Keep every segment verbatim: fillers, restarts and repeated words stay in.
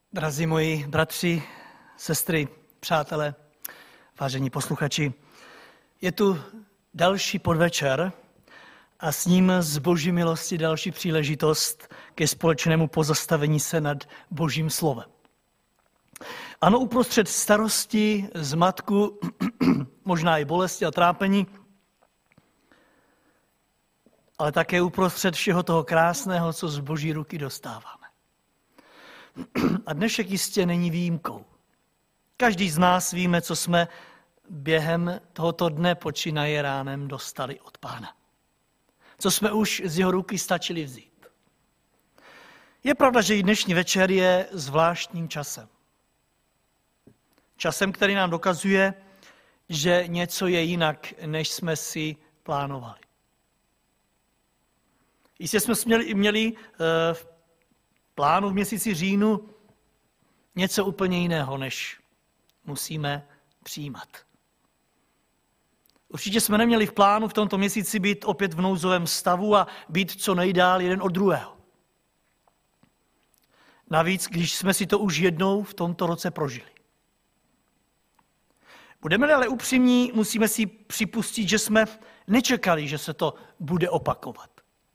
Drazí moji bratři, sestry, přátelé, vážení posluchači, je tu další podvečer a s ním z Boží milosti další příležitost ke společnému pozastavení se nad Božím slovem. Ano, uprostřed starosti, zmatku, možná i bolesti a trápení, ale také uprostřed všeho toho krásného, co z Boží ruky dostáváme. A dnešek jistě není výjimkou. Každý z nás víme, co jsme během tohoto dne počínaje ránem dostali od Pána. Co jsme už z jeho ruky stačili vzít. Je pravda, že i dnešní večer je zvláštním časem. Časem, který nám dokazuje, že něco je jinak, než jsme si plánovali. Jistě jsme měli, měli v plánu v měsíci říjnu něco úplně jiného, než musíme přijímat. Určitě jsme neměli v plánu v tomto měsíci být opět v nouzovém stavu a být co nejdál jeden od druhého. Navíc, když jsme si to už jednou v tomto roce prožili. Budeme-li ale upřímní, musíme si připustit, že jsme nečekali, že se to bude opakovat.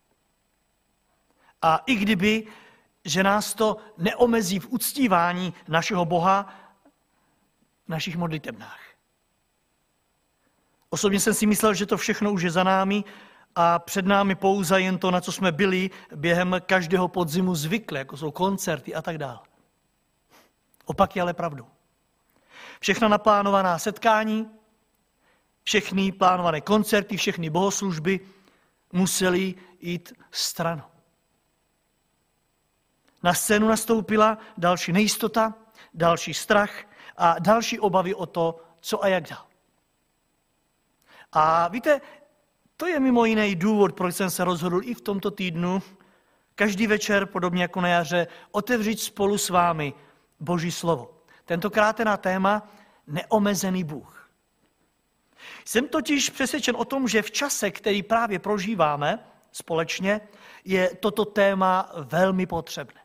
A i kdyby, že nás to neomezí v uctívání našeho Boha v našich modlitebnách. Osobně jsem si myslel, že to všechno už je za námi a před námi pouze jen to, na co jsme byli během každého podzimu zvykle, jako jsou koncerty a tak dále. Opak je ale pravdou. Všechna naplánovaná setkání, všechny plánované koncerty, všechny bohoslužby musely jít stranou. Na scénu nastoupila další nejistota, další strach a další obavy o to, co a jak dál. A víte, to je mimo jiný důvod, proč jsem se rozhodl i v tomto týdnu, každý večer, podobně jako na jaře, otevřít spolu s vámi Boží slovo. Tentokrát na téma Neomezený Bůh. Jsem totiž přesvědčen o tom, že v čase, který právě prožíváme společně, je toto téma velmi potřebné.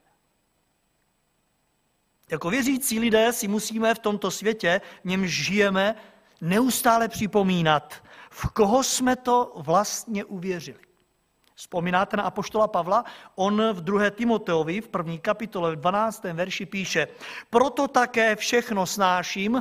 Jako věřící lidé si musíme v tomto světě, v němž žijeme, neustále připomínat, v koho jsme to vlastně uvěřili. Vzpomínáte na apoštola Pavla? On v druhé Timoteovi v první kapitole v dvanáctém verši píše: proto také všechno snáším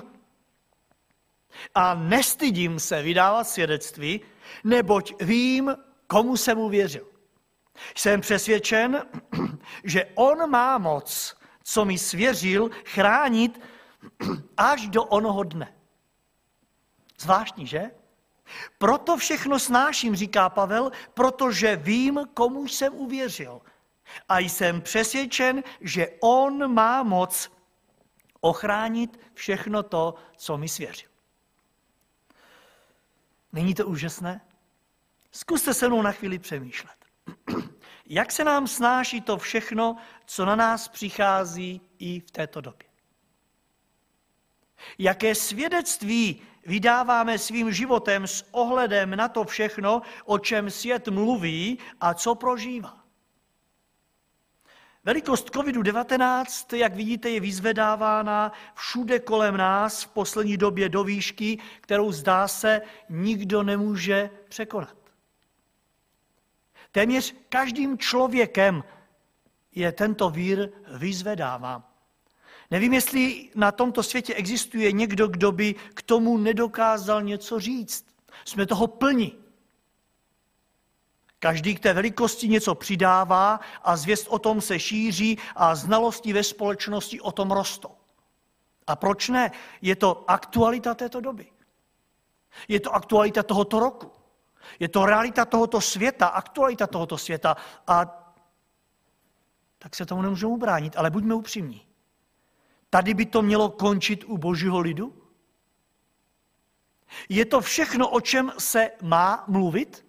a nestydím se vydávat svědectví, neboť vím, komu jsem uvěřil. Jsem přesvědčen, že on má moc, co mi svěřil, chránit až do onoho dne. Zvláštní, že? Proto všechno snáším, říká Pavel, protože vím, komu jsem uvěřil. A jsem přesvědčen, že on má moc ochránit všechno to, co mi svěřil. Není to úžasné? Zkuste se mnou na chvíli přemýšlet. Jak se nám snáší to všechno, co na nás přichází i v této době? Jaké svědectví vydáváme svým životem s ohledem na to všechno, o čem svět mluví a co prožívá? Velikost kovid devatenáct, jak vidíte, je vyzvedávána všude kolem nás v poslední době do výšky, kterou zdá se nikdo nemůže překonat. Téměř každým člověkem je tento vír vyzvedáván. Nevím, jestli na tomto světě existuje někdo, kdo by k tomu nedokázal něco říct. Jsme toho plni. Každý k té velikosti něco přidává a zvěst o tom se šíří a znalosti ve společnosti o tom rostou. A proč ne? Je to aktualita této doby. Je to aktualita tohoto roku. Je to realita tohoto světa, aktualita tohoto světa. A tak se tomu nemůžeme ubránit, ale buďme upřímní. Tady by to mělo končit u Božího lidu? Je to všechno, o čem se má mluvit?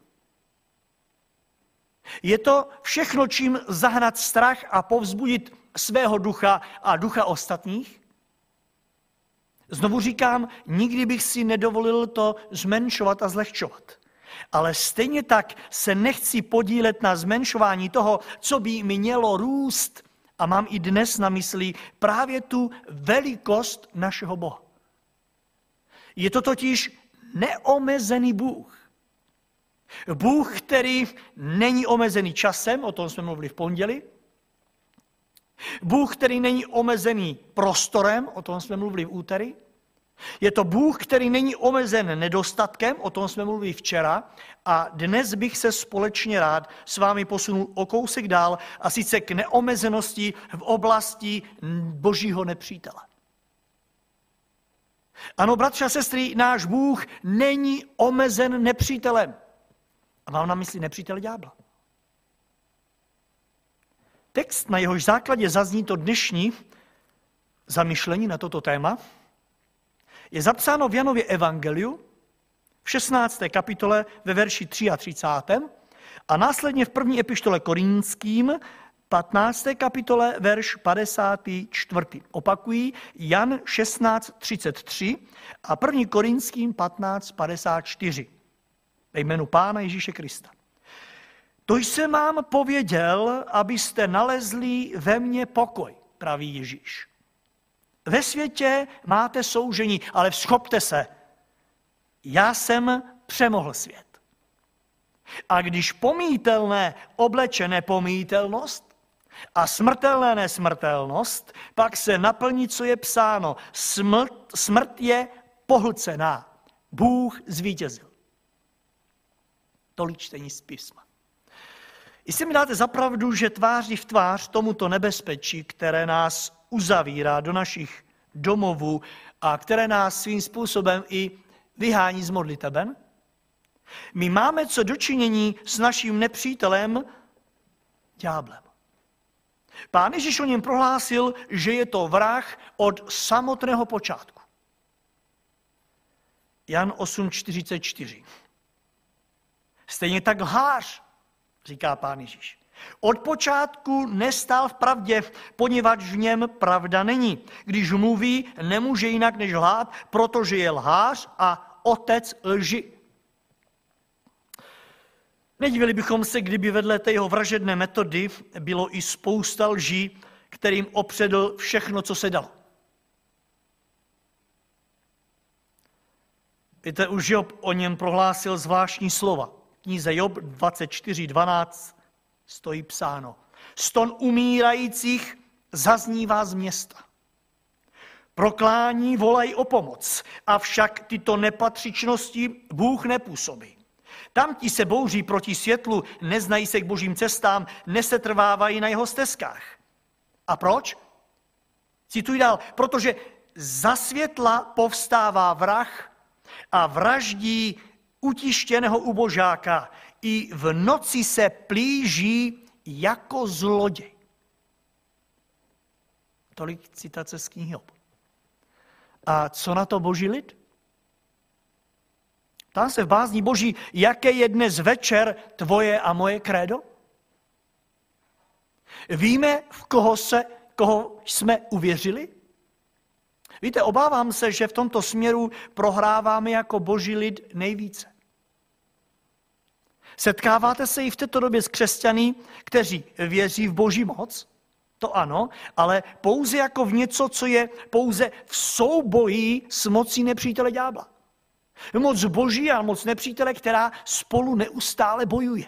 Je to všechno, čím zahnat strach a povzbudit svého ducha a ducha ostatních? Znovu říkám, nikdy bych si nedovolil to zmenšovat a zlehčovat. Ale stejně tak se nechci podílet na zmenšování toho, co by mělo růst A mám i dnes na mysli právě tu velikost našeho Boha. Je to totiž neomezený Bůh. Bůh, který není omezený časem, o tom jsme mluvili v pondělí. Bůh, který není omezený prostorem, o tom jsme mluvili v úterý. Je to Bůh, který není omezen nedostatkem, o tom jsme mluvili včera. A dnes bych se společně rád s vámi posunul o kousek dál, a sice k neomezenosti v oblasti božího nepřítele. Ano, bratři a sestry, náš Bůh není omezen nepřítelem. A mám na mysli nepřítele ďábla. Text, na jehož základě zazní to dnešní zamyšlení na toto téma, je zapsáno v Janově evangeliu v šestnácté kapitole ve verši třicátém třetím a následně v první epištole Korinským patnácté kapitole verš padesátý čtvrtý. Opakují Jan šestnáct třicet tři a první Korinským patnáct padesát čtyři. Ve jménu Pána Ježíše Krista. To jsem vám pověděl, abyste nalezli ve mně pokoj, praví Ježíš. Ve světě máte soužení, ale vzchopte se. Já jsem přemohl svět. A když pomítelné obleče nepomítelnost a smrtelné nesmrtelnost, pak se naplní, co je psáno. Smrt, smrt je pohlcená. Bůh zvítězil. Tolik čtení z písma. Jestli mi dáte za pravdu, že tváří v tvář tomuto nebezpečí, které nás uzavírá do našich domovů a které nás svým způsobem i vyhání z modliteben, my máme co dočinění s naším nepřítelem ďáblem. Pán Ježíš o něm prohlásil, že je to vrah od samotného počátku. Jan osm čtyřicet čtyři. Stejně tak lhář, říká Pán Ježíš. Od počátku nestál v pravdě, poněvadž v něm pravda není. Když mluví, nemůže jinak než lhát, protože je lhář a otec lži. Nedivili bychom se, kdyby vedle té jeho vražedné metody bylo i spousta lží, kterým opředl všechno, co se dalo. Víte, už Job o něm prohlásil zvláštní slova. V knize Job dvacet čtyři dvanáct stojí psáno. Ston umírajících zaznívá z města. Proklání volají o pomoc, avšak tyto nepatřičnosti Bůh nepůsobí. Tamti se bouří proti světlu, neznají se k božím cestám, nesetrvávají na jeho stezkách. A proč? Cituji dál. Protože za světla povstává vrah a vraždí utištěného ubožáka. I v noci se plíží jako zloděj. Tolik citace z knihy Job. A co na to boží lid? Ptám se v bázni boží, jaké je dnes večer tvoje a moje krédo? Víme, v koho, se, koho jsme uvěřili? Víte, obávám se, že v tomto směru prohráváme jako boží lid nejvíce. Setkáváte se i v této době s křesťany, kteří věří v boží moc? To ano, ale pouze jako v něco, co je pouze v souboji s mocí nepřítele ďábla. Moc boží a moc nepřítele, která spolu neustále bojuje.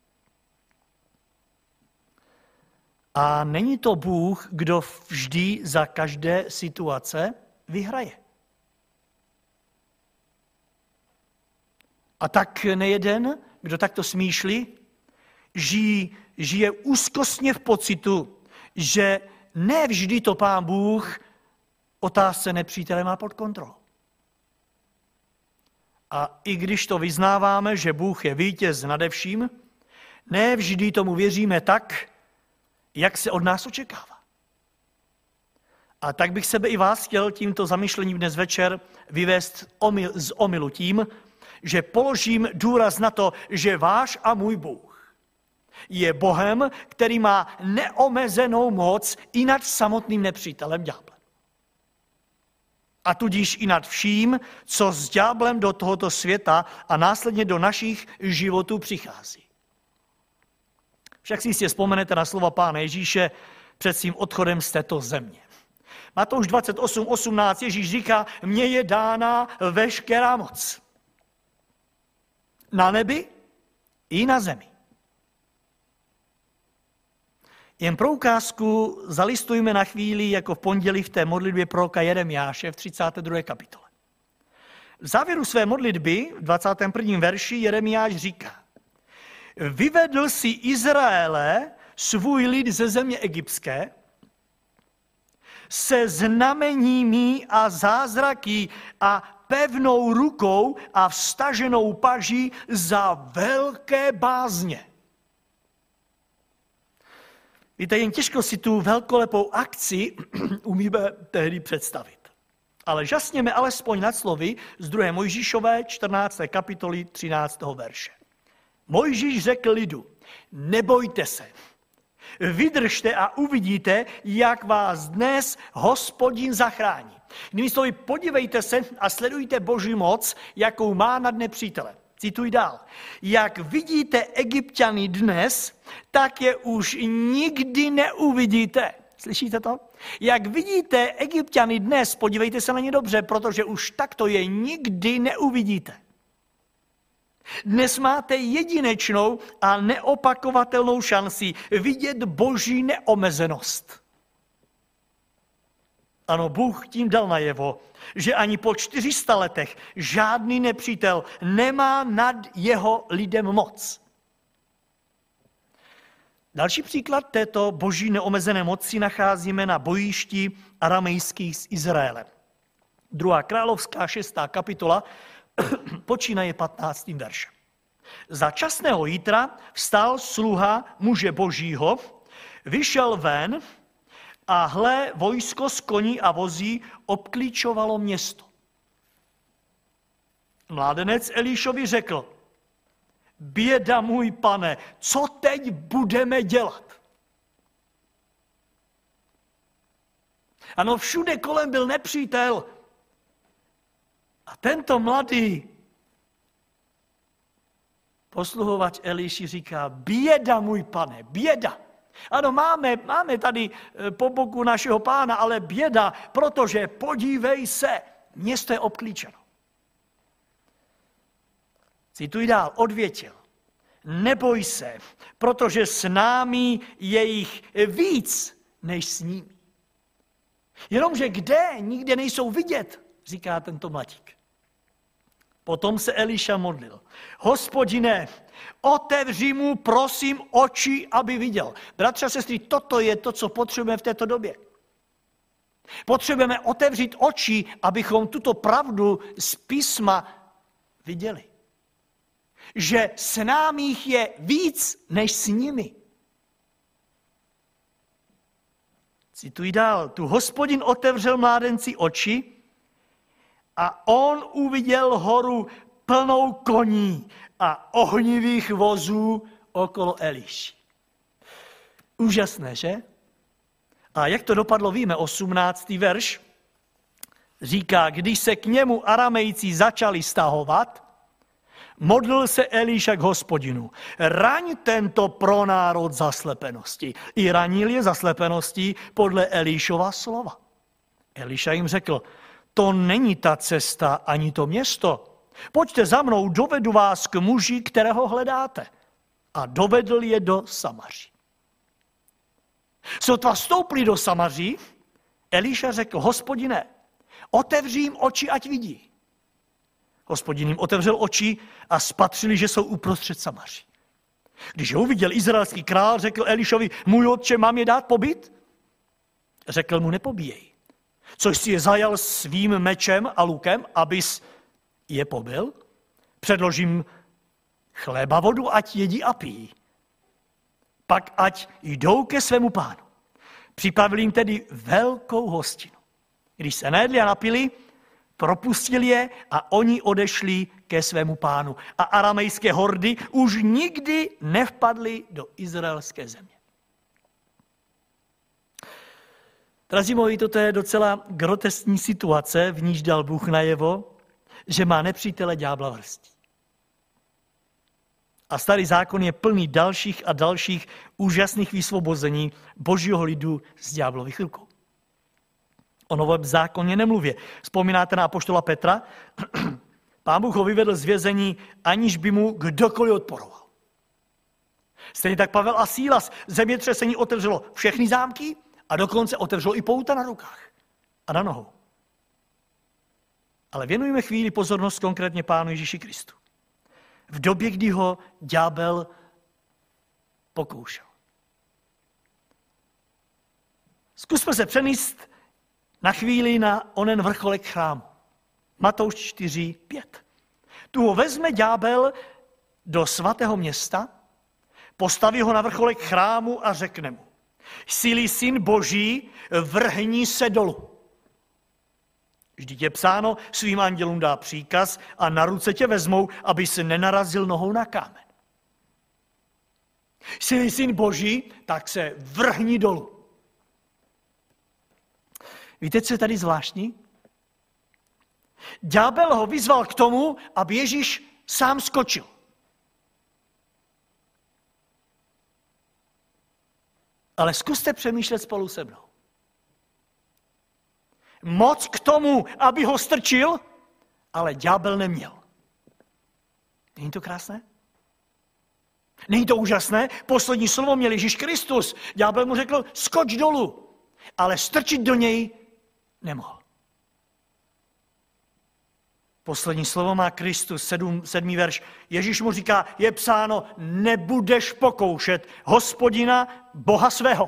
A není to Bůh, kdo vždy za každé situace vyhraje. A tak nejeden, kdo takto smýšlí, žije, žije úzkostně v pocitu, že ne vždy to Pán Bůh otázce nepřítele má pod kontrolou. A i když to vyznáváme, že Bůh je vítěz nade vším, ne vždy tomu věříme tak, jak se od nás očekává. A tak bych sebe i vás chtěl tímto zamyšlením dnes večer vyvést z omylu tím, že položím důraz na to, že váš a můj Bůh je Bohem, který má neomezenou moc i nad samotným nepřítelem ďáblem. A tudíž i nad vším, co s ďáblem do tohoto světa a následně do našich životů přichází. Však si jistě vzpomenete na slova Pána Ježíše, před svým odchodem z této země. Matouš dvacet osm osmnáct Ježíš říká, mně je dána veškerá moc. Na nebi i na zemi. Jen pro ukázku zalistujme na chvíli, jako v pondělí v té modlitbě proroka Jeremiáše v třicáté druhé kapitole. V závěru své modlitby v dvacátém prvním verši Jeremiáš říká, vyvedl si Izraele, svůj lid ze země egyptské, se znameními a zázraky a pevnou rukou a vstaženou paží za velké bázně. Víte, jen těžko si tu velkolepou akci umíme tehdy představit. Ale žasněme alespoň nad slovy z druhé Mojžíšové čtrnácté kapitoly třináctého verše. Mojžíš řekl lidu, nebojte se, vydržte a uvidíte, jak vás dnes Hospodin zachrání. Jinými slovy, podívejte se a sledujte Boží moc, jakou má nad nepřítelem. Cituji dál. Jak vidíte Egypťany dnes, tak je už nikdy neuvidíte. Slyšíte to? Jak vidíte Egypťany dnes, podívejte se na ně dobře, protože už takto je nikdy neuvidíte. Dnes máte jedinečnou a neopakovatelnou šanci vidět Boží neomezenost. Ano, Bůh tím dal najevo, že ani po čtyřista letech žádný nepřítel nemá nad jeho lidem moc. Další příklad této boží neomezené moci nacházíme na bojišti aramejských s Izraelem. Druhá královská šestá kapitola počínaje patnáctým veršem. Za časného jítra vstal sluha muže božího, vyšel ven a hle, vojsko z koní a vozí obklíčovalo město. Mládenec Elišovi řekl, běda můj pane, co teď budeme dělat? Ano, všude kolem byl nepřítel. A tento mladý posluhovač Eliši říká, běda můj pane, běda. Ano, máme, máme tady po boku našeho pána, ale běda, protože podívej se, město je obklíčeno. Cituji dál, odvětil. Neboj se, protože s námi je jich víc, než s nimi. Jenomže kde? Nikde nejsou vidět, říká tento mladík. Potom se Eliša modlil. Hospodine, otevři mu, prosím, oči, aby viděl. Bratři a sestry, toto je to, co potřebujeme v této době. Potřebujeme otevřít oči, abychom tuto pravdu z písma viděli. Že s námi jich je víc, než s nimi. Cituji dál. Tu Hospodin otevřel mládenci oči a on uviděl horu plnou koní a ohnivých vozů okolo Eliši. Úžasné, že? A jak to dopadlo, víme, osmnáctý verš říká, když se k němu Aramejci začali stahovat, modlil se Eliša k Hospodinu. Raň tento pronárod zaslepenosti. I ranil je zaslepeností podle Elišova slova. Eliša jim řekl, to není ta cesta ani to město. Pojďte za mnou, dovedu vás k muži, kterého hledáte. A dovedl je do Samaří. Sotva vstoupili do Samaří, Eliša řekl, Hospodine, otevři jim oči, ať vidí. Hospodin jim otevřel oči a spatřili, že jsou uprostřed Samaří. Když ho uviděl izraelský král, řekl Elišovi, můj otče, mám je dát pobyt? Řekl mu, nepobíjej. Což si je zajal svým mečem a lukem, abys je pobil? Předložím chleba, vodu, ať jedí a pijí. Pak ať jdou ke svému pánu. Připravili jim tedy velkou hostinu. Když se najedli a napili, propustil je a oni odešli ke svému pánu. A aramejské hordy už nikdy nevpadly do izraelské země. Drazí moji, toto je docela groteskní situace, v níž dal Bůh najevo, že má nepřítele ďábla v hrsti. A starý zákon je plný dalších a dalších úžasných vysvobození božího lidu z ďáblových rukou. O novém zákoně nemluvě. Vzpomínáte na apoštola Petra? Pán Bůh ho vyvedl z vězení, aniž by mu kdokoliv odporoval. Stejně tak Pavel a Sílas. Zemětřesení otevřelo všechny zámky a dokonce otevřelo i pouta na rukách a na nohou. Ale věnujeme chvíli pozornost konkrétně Pánu Ježíši Kristu. V době, kdy ho ďábel pokoušel. Zkusme se přenést na chvíli na onen vrcholek chrámu. Matouš čtyři pět. Tu ho vezme ďábel do svatého města, postaví ho na vrcholek chrámu a řekne mu: Jsi-li syn Boží, vrhni se dolů. Vždyť je psáno, svým andělům dá příkaz a na ruce tě vezmou, aby se nenarazil nohou na kámen. Jsi-li syn Boží, tak se vrhni dolů. Víte, co je tady zvláštní? Ďábel ho vyzval k tomu, aby Ježíš sám skočil. Ale zkuste přemýšlet spolu se mnou. Moc k tomu, aby ho strčil, ale ďábel neměl. Není to krásné? Není to úžasné? Poslední slovo měl Ježíš Kristus. Ďábel mu řekl, skoč dolů, ale strčit do něj nemohl. Poslední slovo má Kristus, sedm, sedmý verš. Ježíš mu říká, je psáno, nebudeš pokoušet Hospodina, Boha svého.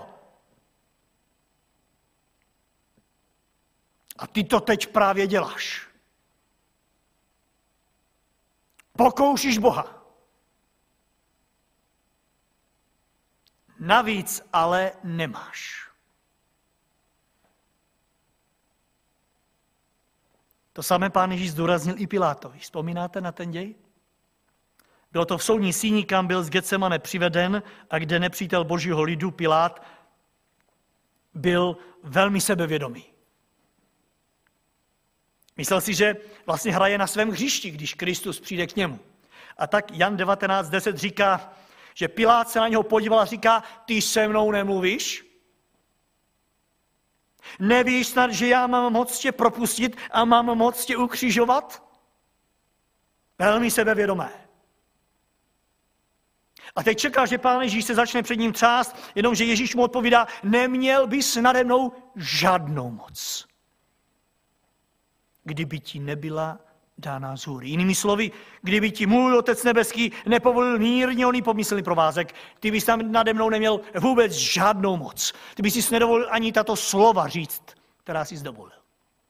A ty to teď právě děláš. Pokoušíš Boha. Navíc ale nemáš. To samé Pán Ježíš zdůraznil i Pilátovi. Vzpomínáte na ten děj? Bylo to v soudní síni, kam byl z Getsemane přiveden a kde nepřítel božího lidu Pilát byl velmi sebevědomý. Myslel si, že vlastně hraje na svém hřišti, když Kristus přijde k němu. A tak Jan devatenáct deset říká, že Pilát se na něho podíval a říká, ty se mnou nemluvíš? Nevíš snad, že já mám moc tě propustit a mám moc tě ukřižovat? Velmi sebevědomé. A teď čeká, že Pán Ježíš se začne před ním třást, jenomže Ježíš mu odpovídá, neměl bys nade mnou žádnou moc, kdyby ti nebyla dána z hůry. Jinými slovy, kdyby ti můj Otec nebeský nepovolil mírně oný pomyslný provázek, ty bys tam nade mnou neměl vůbec žádnou moc. Ty bys si nedovolil ani tato slova říct, která jsi dovolil.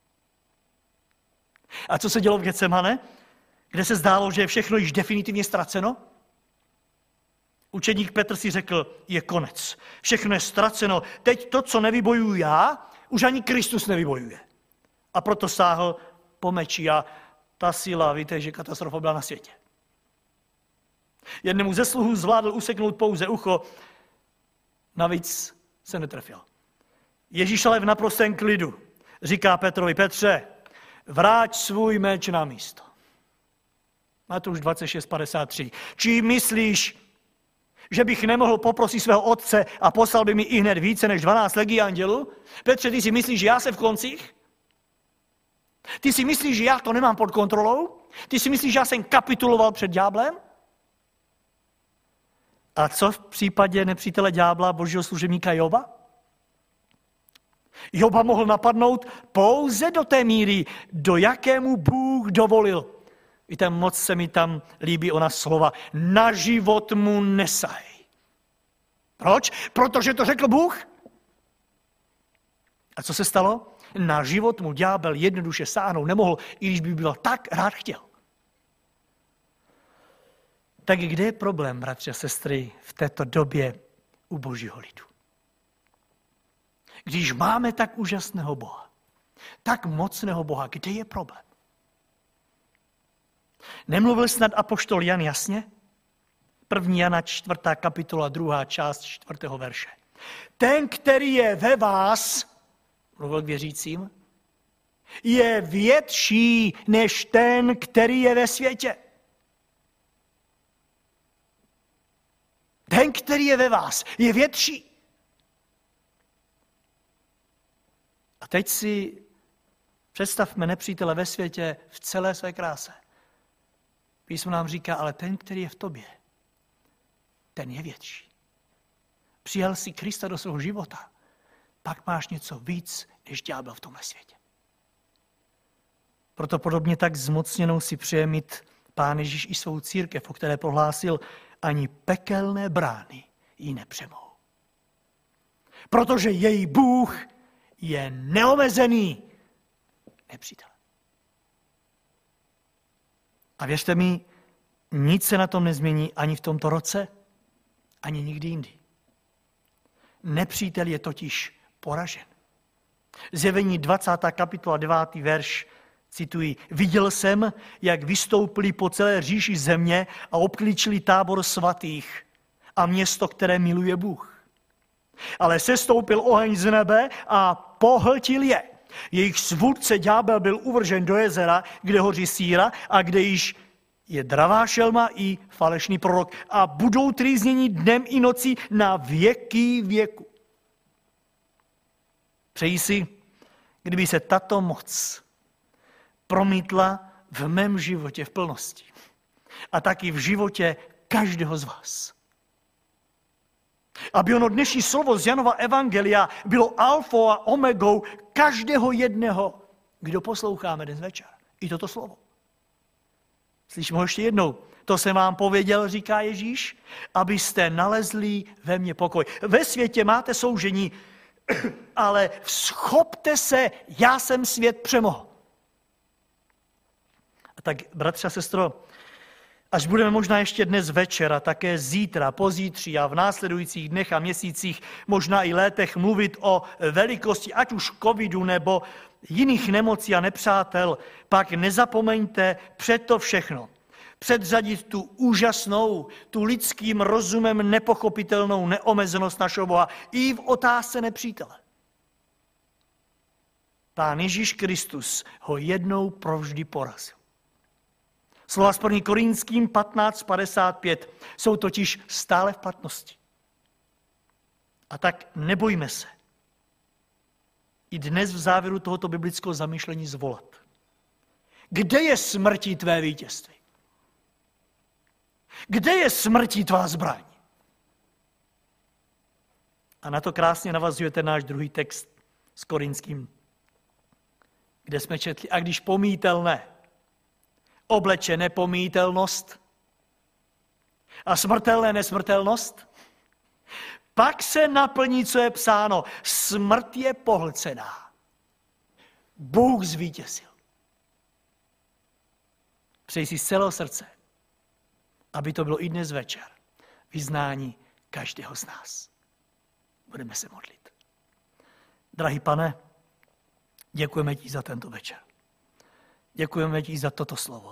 A co se dělo v Getsemane, kde se zdálo, že je všechno již definitivně ztraceno? Učedník Petr si řekl, je konec. Všechno je ztraceno. Teď to, co nevybojuju já, už ani Kristus nevybojuje. A proto sáhl po meči a ta síla, víte, že katastrofa byla na světě. Jednému ze sluhů zvládl useknout pouze ucho, navíc se netrefil. Ježíš ale v naprostém klidu říká Petrovi, Petře, vráť svůj meč na místo. Matouš dvacet šest padesát tři. Či myslíš, že bych nemohl poprosit svého otce a poslal by mi i hned více než dvanáct legií andělů? Petře, ty si myslíš, že já jsem v koncích? Ty si myslíš, že já to nemám pod kontrolou? Ty si myslíš, že já jsem kapituloval před ďáblem? A co v případě nepřítele ďábla, božího služebníka Joba? Joba mohl napadnout pouze do té míry, do jakému Bůh dovolil. Víte, moc se mi tam líbí ona slova. Na život mu nesaj. Proč? Protože to řekl Bůh. A co se stalo? Na život mu ďábel jednoduše sáhnout nemohl, i když by byl tak rád chtěl. Tak kde je problém, bratři a sestry, v této době u božího lidu? Když máme tak úžasného Boha, tak mocného Boha, kde je problém? Nemluvil snad apoštol Jan jasně? První Jana čtvrtá kapitola, druhá část čtvrtého verše. Ten, který je ve vás, mluvil k věřícím, je větší než ten, který je ve světě. který je ve vás, je větší. A teď si představme nepřítele ve světě v celé své kráse. Písmo nám říká, ale ten, který je v tobě, ten je větší. Přijal si Krista do svého života, pak máš něco víc, než ďábel v tomhle světě. Proto podobně tak zmocněnou si přeje mít Pán Ježíš i svou církev, o které prohlásil, ani pekelné brány ji nepřemohou. Protože její Bůh je neomezený nepřítel. A věřte mi, nic se na tom nezmění ani v tomto roce, ani nikdy jindy. Nepřítel je totiž poražen. Zjevení dvacátá kapitola devátý verš, cituji, viděl jsem, jak vystoupili po celé říši země a obklíčili tábor svatých a město, které miluje Bůh. Ale sestoupil oheň z nebe a pohltil je. Jejich svůdce ďábel byl uvržen do jezera, kde hoří síra a kde již je dravá šelma i falešný prorok. A budou trýzněni dnem i nocí na věky věku. Přeji si, kdyby se tato moc promítla v mém životě v plnosti. A taky v životě každého z vás. Aby ono dnešní slovo z Janova evangelia bylo alfou a omegou každého jedného, kdo posloucháme dnes večer. I toto slovo. Slyšíme ho ještě jednou. To jsem vám pověděl, říká Ježíš, abyste nalezli ve mně pokoj. Ve světě máte soužení, ale schopte se, já jsem svět přemohl. A tak, bratře a sestro, až budeme možná ještě dnes večer a také zítra, pozítří a v následujících dnech a měsících, možná i létech mluvit o velikosti ať už covidu nebo jiných nemocí a nepřátel, pak nezapomeňte před to všechno předřadit tu úžasnou, tu lidským rozumem nepochopitelnou neomezenost našeho Boha i v otázce nepřítele. Pán Ježíš Kristus ho jednou provždy porazil. Slova z první Korinským patnáct padesát pět jsou totiž stále v platnosti. A tak nebojme se i dnes v závěru tohoto biblického zamýšlení zvolat. Kde je smrtí tvé vítězství? Kde je smrtí tvá zbraň? A na to krásně navazuje ten náš druhý text s Korinským, kde jsme četli, a když pomítelné obleče nepomítelnost a smrtelné nesmrtelnost, pak se naplní, co je psáno. Smrt je pohlcená. Bůh zvítězil. Přeji si z celého srdce, aby to bylo i dnes večer vyznání každého z nás. Budeme se modlit. Drahý Pane, děkujeme ti za tento večer. Děkujeme ti za toto slovo.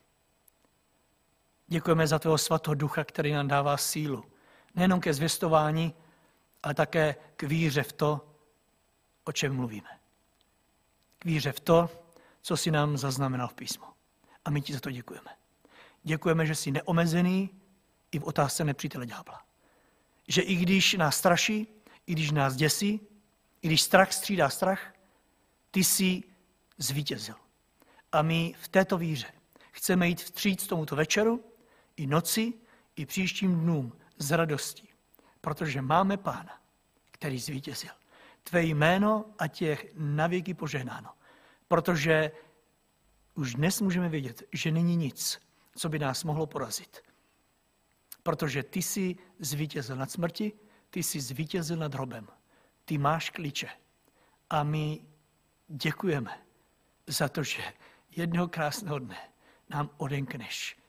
Děkujeme za tvého svatého ducha, který nám dává sílu. Nejenom ke zvěstování, ale také k víře v to, o čem mluvíme. K víře v to, co si nám zaznamenal v písmu. A my ti za to děkujeme. Děkujeme, že jsi neomezený i v otázce nepřítele ďábla. Že i když nás straší, i když nás děsí, i když strach střídá strach, ty jsi zvítězil. A my v této víře chceme jít vstříc tomuto večeru, i noci, i příštím dnům s radostí, protože máme Pána, který zvítězil. Tvé jméno ať je navěky požehnáno, protože už dnes můžeme vědět, že není nic, co by nás mohlo porazit. Protože ty jsi zvítězil nad smrti, ty jsi zvítězil nad hrobem. Ty máš klíče. A my děkujeme za to, že jednoho krásného dne nám odenkneš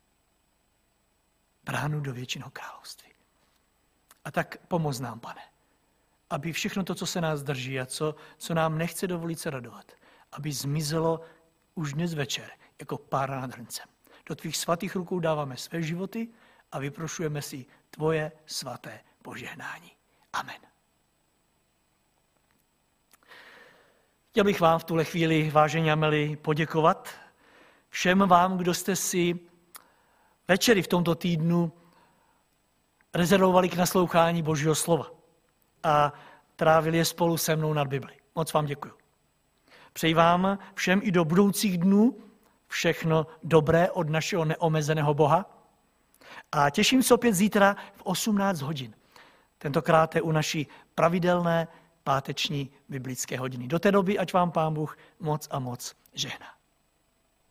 bránu do věčného království. A tak pomoz nám, Pane, aby všechno to, co se nás drží a co, co nám nechce dovolit se radovat, aby zmizelo už dnes večer jako pára nad hrncem. Do tvých svatých rukou dáváme své životy a vyprošujeme si tvoje svaté požehnání. Amen. Chtěl bych vám v tuhle chvíli, vážení a milí, poděkovat všem vám, kdo jste si večery v tomto týdnu rezervovali k naslouchání Božího slova a trávili je spolu se mnou nad Bibli. Moc vám děkuju. Přeji vám všem i do budoucích dnů všechno dobré od našeho neomezeného Boha a těším se opět zítra v osmnáct hodin. Tentokrát je u naší pravidelné páteční biblické hodiny. Do té doby, ať vám Pán Bůh moc a moc žehná.